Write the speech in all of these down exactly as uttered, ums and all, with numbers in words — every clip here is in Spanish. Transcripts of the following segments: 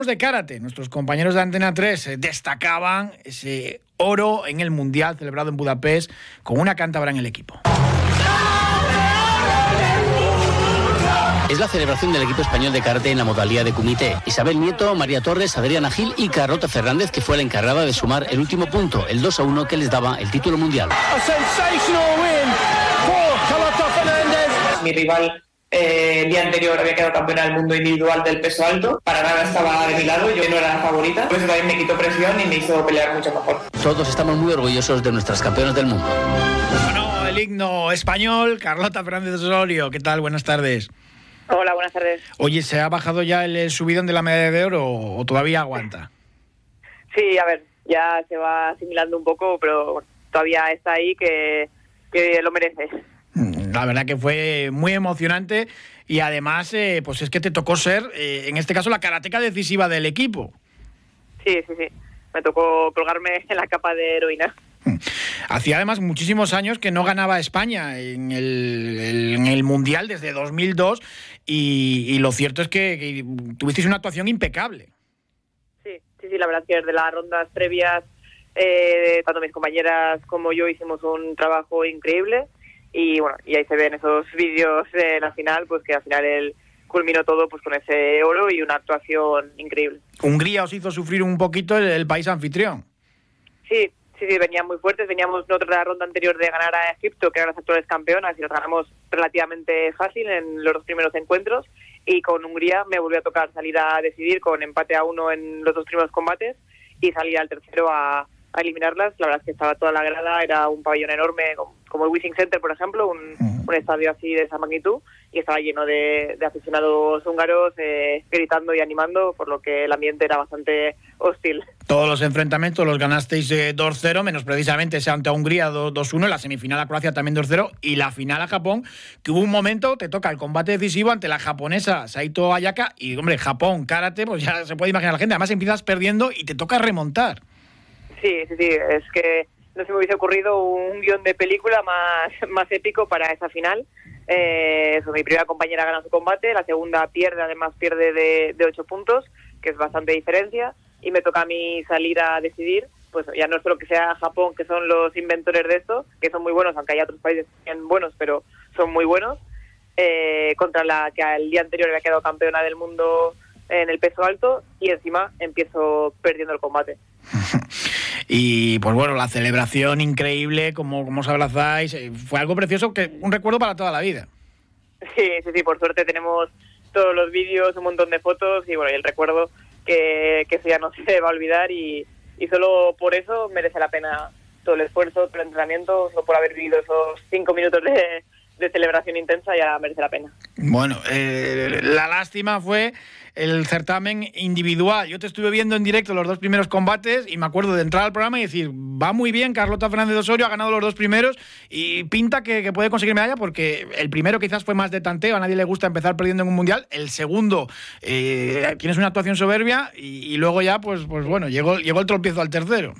De karate, nuestros compañeros de Antena tres destacaban ese oro en el Mundial celebrado en Budapest con una cántabra en el equipo. Es la celebración del equipo español de karate en la modalidad de kumite. Isabel Nieto, María Torres, Adriana Gil y Carlota Fernández, que fue la encargada de sumar el último punto, el dos a uno, que les daba el título mundial. Mi rival Eh, el día anterior había quedado campeona del mundo individual del peso alto. Para nada estaba de mi lado, yo no era la favorita. Por eso también me quitó presión y me hizo pelear mucho mejor. Todos estamos muy orgullosos de nuestras campeonas del mundo. Bueno, el himno español, Carlota Fernández Osorio. ¿Qué tal? Buenas tardes. Hola, buenas tardes. Oye, ¿se ha bajado ya el subidón de la medalla de oro o todavía aguanta? Sí, a ver, ya se va asimilando un poco, pero todavía está ahí que, que lo merece. La verdad que fue muy emocionante y además eh, pues es que te tocó ser, eh, en este caso, la karateca decisiva del equipo. Sí, sí, sí. Me tocó colgarme en la capa de heroína. Hacía además muchísimos años que no ganaba España en el, el, en el Mundial desde dos mil dos y, y lo cierto es que, que tuvisteis una actuación impecable. Sí, sí, sí, la verdad que desde las rondas previas, eh, tanto mis compañeras como yo hicimos un trabajo increíble. Y bueno, y ahí se ven esos vídeos de la final, pues que al final él culminó todo pues con ese oro y una actuación increíble. Hungría os hizo sufrir un poquito el, el país anfitrión. Sí, sí, sí, venían muy fuertes. Veníamos nosotros de la ronda anterior de ganar a Egipto, que eran las actuales campeonas, y los ganamos relativamente fácil en los dos primeros encuentros. Y con Hungría me volvió a tocar salir a decidir con empate a uno en los dos primeros combates y salir al tercero a... a eliminarlas. La verdad es que estaba toda la grada, era un pabellón enorme, como el Wishing Center, por ejemplo, un, uh-huh. un estadio así de esa magnitud, y estaba lleno de, de aficionados húngaros eh, gritando y animando, por lo que el ambiente era bastante hostil. Todos los enfrentamientos los ganasteis eh, dos cero, menos precisamente ese ante Hungría dos uno, la semifinal a Croacia también dos cero, y la final a Japón, que hubo un momento, te toca el combate decisivo ante la japonesa Saito Ayaka, y hombre, Japón, karate, pues ya se puede imaginar la gente, además empiezas perdiendo y te toca remontar. Sí, sí, sí, es que no se me hubiese ocurrido un guión de película más, más épico para esa final. Eh, eso, mi primera compañera gana su combate, la segunda pierde, además pierde de, de ocho puntos, que es bastante diferencia, y me toca a mí salir a decidir, pues ya no es solo que sea Japón, que son los inventores de esto, que son muy buenos, aunque hay otros países que son buenos, pero son muy buenos, eh, contra la que al día anterior había quedado campeona del mundo en el peso alto, y encima empiezo perdiendo el combate. Y pues bueno, la celebración increíble, como, como os abrazáis, fue algo precioso, que un recuerdo para toda la vida. Sí, sí, sí, por suerte tenemos todos los vídeos, un montón de fotos y bueno, y el recuerdo que, que eso ya no se va a olvidar y, y solo por eso merece la pena todo el esfuerzo, todo el entrenamiento, solo por haber vivido esos cinco minutos de, de celebración intensa ya merece la pena. Bueno, eh, la lástima fue el certamen individual. Yo te estuve viendo en directo los dos primeros combates y me acuerdo de entrar al programa y decir, va muy bien, Carlota Fernández Osorio ha ganado los dos primeros y pinta que, que puede conseguir medalla, porque el primero quizás fue más de tanteo, a nadie le gusta empezar perdiendo en un mundial, el segundo eh, tienes una actuación soberbia y, y luego ya, pues, pues bueno, llegó, llegó el tropiezo al tercero.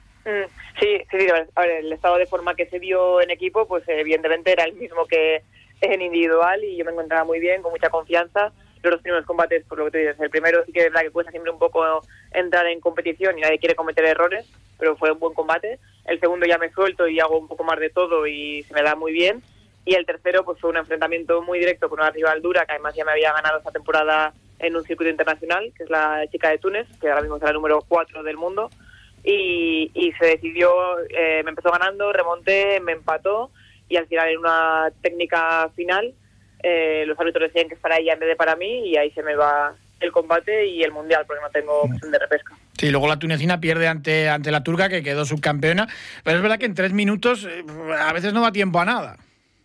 Sí, sí, sí, a ver, el estado de forma que se vio en equipo, pues evidentemente era el mismo que en individual y yo me encontraba muy bien, con mucha confianza. Los dos primeros combates, por lo que tú dices, el primero sí que es verdad que cuesta siempre un poco entrar en competición y nadie quiere cometer errores, pero fue un buen combate. El segundo ya me suelto y hago un poco más de todo y se me da muy bien. Y el tercero pues fue un enfrentamiento muy directo con una rival dura que además ya me había ganado esta temporada en un circuito internacional, que es la chica de Túnez, que ahora mismo es la número cuatro del mundo. Y, y se decidió, eh, me empezó ganando, remonté, me empató y al final en una técnica final eh, los árbitros decían que es para ella en vez de para mí y ahí se me va el combate y el mundial porque no tengo opción de repesca. Sí, luego la tunecina pierde ante, ante la turca, que quedó subcampeona, pero es verdad que en tres minutos eh, a veces no da tiempo a nada.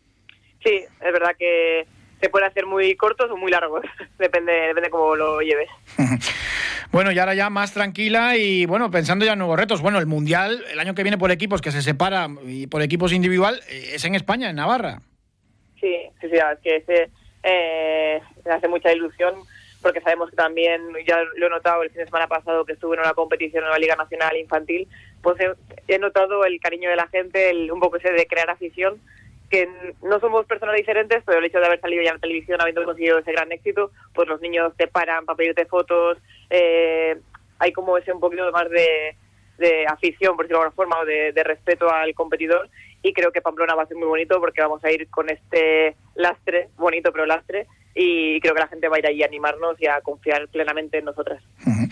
Sí, es verdad que se pueden hacer muy cortos o muy largos, depende, depende cómo lo lleves. Bueno, y ahora ya más tranquila y bueno, pensando ya en nuevos retos. Bueno, el Mundial, el año que viene por equipos, que se separa y por equipos individual, es en España, en Navarra. Sí, sí, sí, es que ese eh, me hace mucha ilusión porque sabemos que también, ya lo he notado el fin de semana pasado que estuve en una competición en la Liga Nacional Infantil, pues he, he notado el cariño de la gente, el, un poco ese de crear afición, que no somos personas diferentes, pero el hecho de haber salido ya en la televisión, habiendo conseguido ese gran éxito, pues los niños te paran para pedirte fotos, eh, hay como ese un poquito más de, de afición, por decirlo de alguna forma, o de, de respeto al competidor, y creo que Pamplona va a ser muy bonito porque vamos a ir con este lastre, bonito pero lastre, y creo que la gente va a ir ahí a animarnos y a confiar plenamente en nosotras. Uh-huh.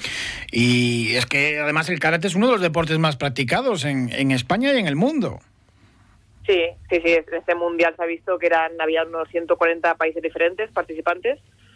Y es que además el karate es uno de los deportes más practicados en, en España y en el mundo. Sí, sí, sí, en este mundial se ha visto que eran había unos ciento cuarenta países diferentes participantes,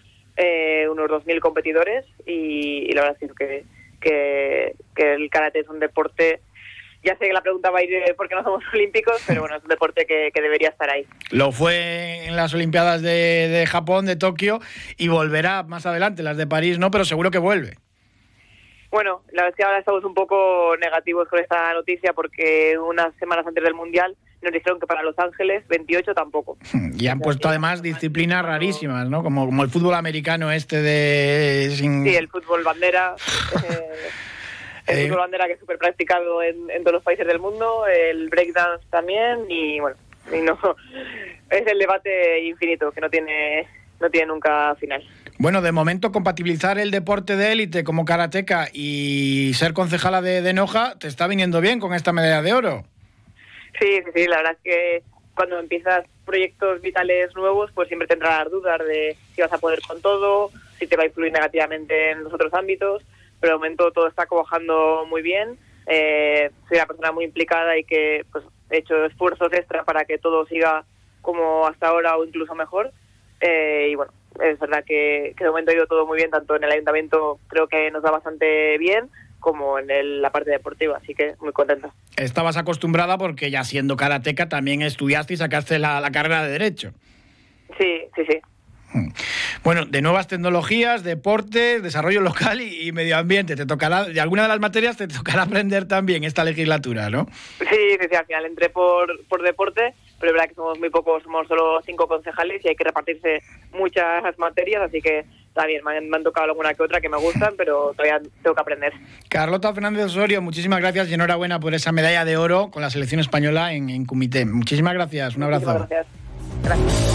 eh, unos dos mil competidores, y, y la verdad es que, que, que el karate es un deporte. Ya sé que la pregunta va a ir por qué no somos olímpicos, pero bueno, es un deporte que, que debería estar ahí. Lo fue en las Olimpiadas de, de Japón, de Tokio, y volverá más adelante, las de París no, pero seguro que vuelve. Bueno, la verdad es que ahora estamos un poco negativos con esta noticia porque unas semanas antes del Mundial nos dijeron que para Los Ángeles veintiocho tampoco. Y han puesto además disciplinas rarísimas, ¿no? Como, como el fútbol americano este de... Sin... Sí, el fútbol bandera... Eh... El fútbol bandera que es súper practicado en, en todos los países del mundo, el breakdance también, y bueno, y no es el debate infinito que no tiene no tiene nunca final. Bueno, de momento compatibilizar el deporte de élite como karateca y ser concejala de, de Noja te está viniendo bien con esta medalla de oro. Sí, sí, sí, la verdad es que cuando empiezas proyectos vitales nuevos, pues siempre tendrás las dudas de si vas a poder con todo, si te va a influir negativamente en los otros ámbitos. Pero de momento todo está cojando muy bien. Eh, soy una persona muy implicada y que pues, he hecho esfuerzos extra para que todo siga como hasta ahora o incluso mejor. Eh, y bueno, es verdad que, que de momento ha ido todo muy bien, tanto en el ayuntamiento creo que nos va bastante bien, como en el, la parte deportiva, así que muy contenta. Estabas acostumbrada porque ya siendo karateca también estudiaste y sacaste la, la carrera de Derecho. Sí, sí, sí. Bueno, de nuevas tecnologías, deportes, desarrollo local y, y medio ambiente. Te tocará, de alguna de las materias te tocará aprender también esta legislatura, ¿no? Sí, sí, sí, al final entré por, por deporte, pero es verdad que somos muy pocos, somos solo cinco concejales y hay que repartirse muchas materias, así que está bien, me han, me han tocado alguna que otra que me gustan, pero todavía tengo que aprender. Carlota Fernández Osorio, muchísimas gracias y enhorabuena por esa medalla de oro con la selección española en, en Kumité. Muchísimas gracias, un abrazo. Muchísimas gracias. Gracias.